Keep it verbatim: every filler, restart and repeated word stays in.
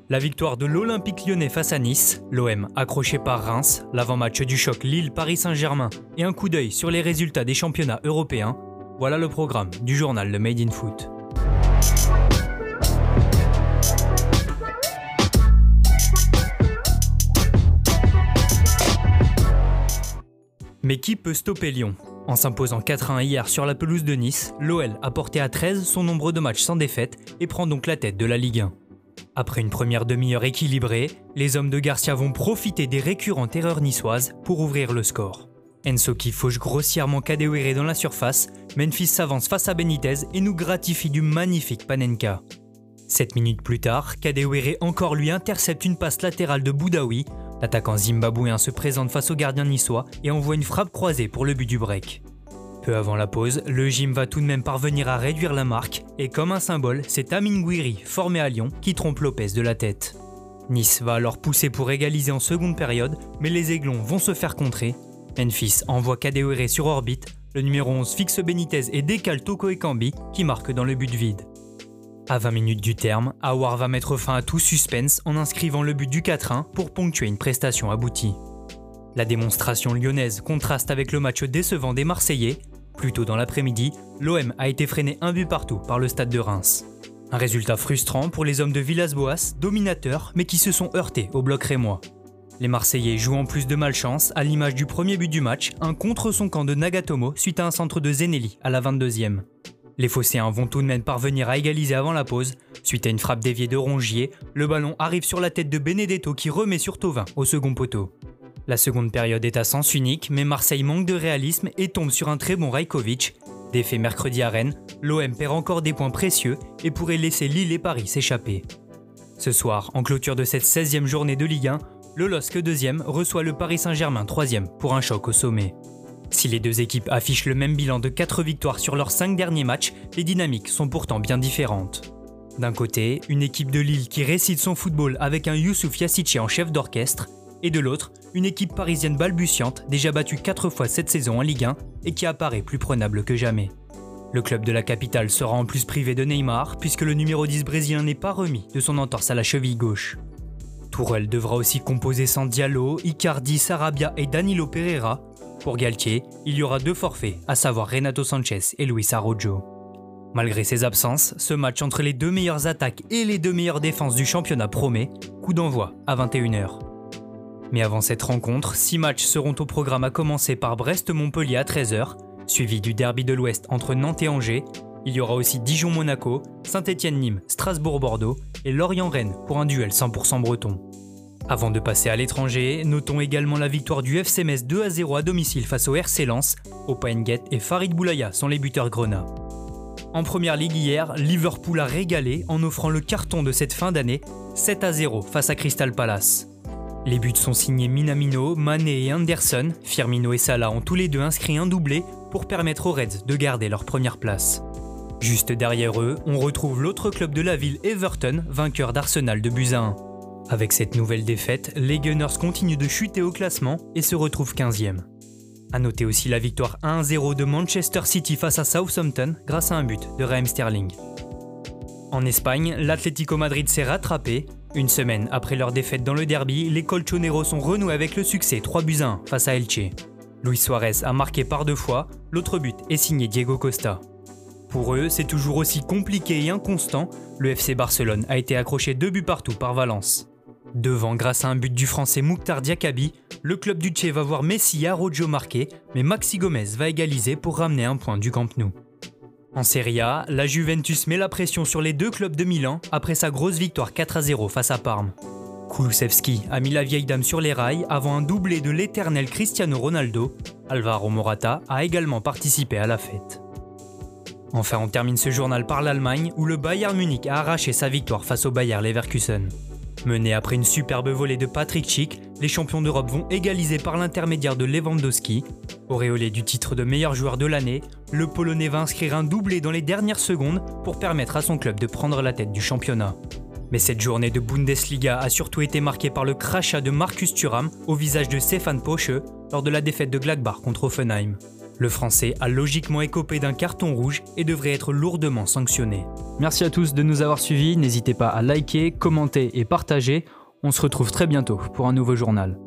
La victoire de l'Olympique Lyonnais face à Nice, l'O M accroché par Reims, l'avant-match du choc Lille-Paris Saint-Germain et un coup d'œil sur les résultats des championnats européens, voilà le programme du journal de Made in Foot. Mais qui peut stopper Lyon ? En s'imposant quatre à un hier sur la pelouse de Nice, l'O L a porté à treize son nombre de matchs sans défaite et prend donc la tête de la Ligue un. Après une première demi-heure équilibrée, les hommes de Garcia vont profiter des récurrentes erreurs niçoises pour ouvrir le score. Ensoki fauche grossièrement Kadewere dans la surface, Memphis s'avance face à Benitez et nous gratifie du magnifique Panenka. Sept minutes plus tard, Kadewere encore lui intercepte une passe latérale de Boudaoui, l'attaquant zimbabwéen se présente face au gardien niçois et envoie une frappe croisée pour le but du break. Peu avant la pause, le gym va tout de même parvenir à réduire la marque et comme un symbole, c'est Amine Gouiri, formé à Lyon, qui trompe Lopez de la tête. Nice va alors pousser pour égaliser en seconde période, mais les Aiglons vont se faire contrer. Memphis envoie Kadewere sur orbite, le numéro onze fixe Benitez et décale Toko Ekambi qui marque dans le but vide. À vingt minutes du terme, Aouar va mettre fin à tout suspense en inscrivant le but du quatre un pour ponctuer une prestation aboutie. La démonstration lyonnaise contraste avec le match décevant des Marseillais. Plus tôt dans l'après-midi, l'O M a été freiné un but partout par le stade de Reims. Un résultat frustrant pour les hommes de Villas-Boas, dominateurs mais qui se sont heurtés au bloc rémois. Les Marseillais jouent en plus de malchance, à l'image du premier but du match, un contre son camp de Nagatomo suite à un centre de Zenelli à la vingt-deuxième. Les Phocéens vont tout de même parvenir à égaliser avant la pause. Suite à une frappe déviée de Rongier, le ballon arrive sur la tête de Benedetto qui remet sur Thauvin au second poteau. La seconde période est à sens unique, mais Marseille manque de réalisme et tombe sur un très bon Rajkovic. Défait mercredi à Rennes, l'O M perd encore des points précieux et pourrait laisser Lille et Paris s'échapper. Ce soir, en clôture de cette seizième journée de Ligue un, le L O S C deuxième reçoit le Paris Saint-Germain troisième pour un choc au sommet. Si les deux équipes affichent le même bilan de quatre victoires sur leurs cinq derniers matchs, les dynamiques sont pourtant bien différentes. D'un côté, une équipe de Lille qui récite son football avec un Youssouf Yassitchi en chef d'orchestre, et de l'autre, une équipe parisienne balbutiante, déjà battue quatre fois cette saison en Ligue un et qui apparaît plus prenable que jamais. Le club de la capitale sera en plus privé de Neymar puisque le numéro dix brésilien n'est pas remis de son entorse à la cheville gauche. Tourelle devra aussi composer sans Diallo, Icardi, Sarabia et Danilo Pereira. Pour Galtier, il y aura deux forfaits, à savoir Renato Sanchez et Luis Araujo. Malgré ces absences, ce match entre les deux meilleures attaques et les deux meilleures défenses du championnat promet, coup d'envoi à vingt et une heures. Mais avant cette rencontre, six matchs seront au programme à commencer par Brest-Montpellier à treize heures, suivi du derby de l'Ouest entre Nantes et Angers. Il y aura aussi Dijon-Monaco, Saint-Étienne-Nîmes, Strasbourg-Bordeaux et Lorient-Rennes pour un duel cent pour cent breton. Avant de passer à l'étranger, notons également la victoire du F C Metz deux à zéro à domicile face au R C Lens. Opa Nguet et Farid Boulaya sont les buteurs grenats. En première ligue hier, Liverpool a régalé en offrant le carton de cette fin d'année, sept à zéro face à Crystal Palace. Les buts sont signés Minamino, Mané et Anderson. Firmino et Salah ont tous les deux inscrit un doublé pour permettre aux Reds de garder leur première place. Juste derrière eux, on retrouve l'autre club de la ville, Everton, vainqueur d'Arsenal de buts à un. Avec cette nouvelle défaite, les Gunners continuent de chuter au classement et se retrouvent quinzième. A noter aussi la victoire un à zéro de Manchester City face à Southampton grâce à un but de Raheem Sterling. En Espagne, l'Atlético Madrid s'est rattrapé. Une semaine après leur défaite dans le derby, les Colchoneros sont renoués avec le succès trois buts à un face à Elche. Luis Suarez a marqué par deux fois, l'autre but est signé Diego Costa. Pour eux, c'est toujours aussi compliqué et inconstant, le F C Barcelone a été accroché deux buts partout par Valence. Devant grâce à un but du français Mouktar Diakabi, le club du Tché va voir Messi et Araujo marquer, mais Maxi Gomez va égaliser pour ramener un point du Camp Nou. En Serie A, la Juventus met la pression sur les deux clubs de Milan après sa grosse victoire quatre à zéro face à Parme. Kulusevski a mis la vieille dame sur les rails avant un doublé de l'éternel Cristiano Ronaldo. Alvaro Morata a également participé à la fête. Enfin, on termine ce journal par l'Allemagne où le Bayern Munich a arraché sa victoire face au Bayer Leverkusen. Menés après une superbe volée de Patrick Schick, les champions d'Europe vont égaliser par l'intermédiaire de Lewandowski. Auréolé du titre de meilleur joueur de l'année, le Polonais va inscrire un doublé dans les dernières secondes pour permettre à son club de prendre la tête du championnat. Mais cette journée de Bundesliga a surtout été marquée par le crachat de Marcus Thuram au visage de Stefan Poche lors de la défaite de Gladbach contre Hoffenheim. Le Français a logiquement écopé d'un carton rouge et devrait être lourdement sanctionné. Merci à tous de nous avoir suivis, n'hésitez pas à liker, commenter et partager. On se retrouve très bientôt pour un nouveau journal.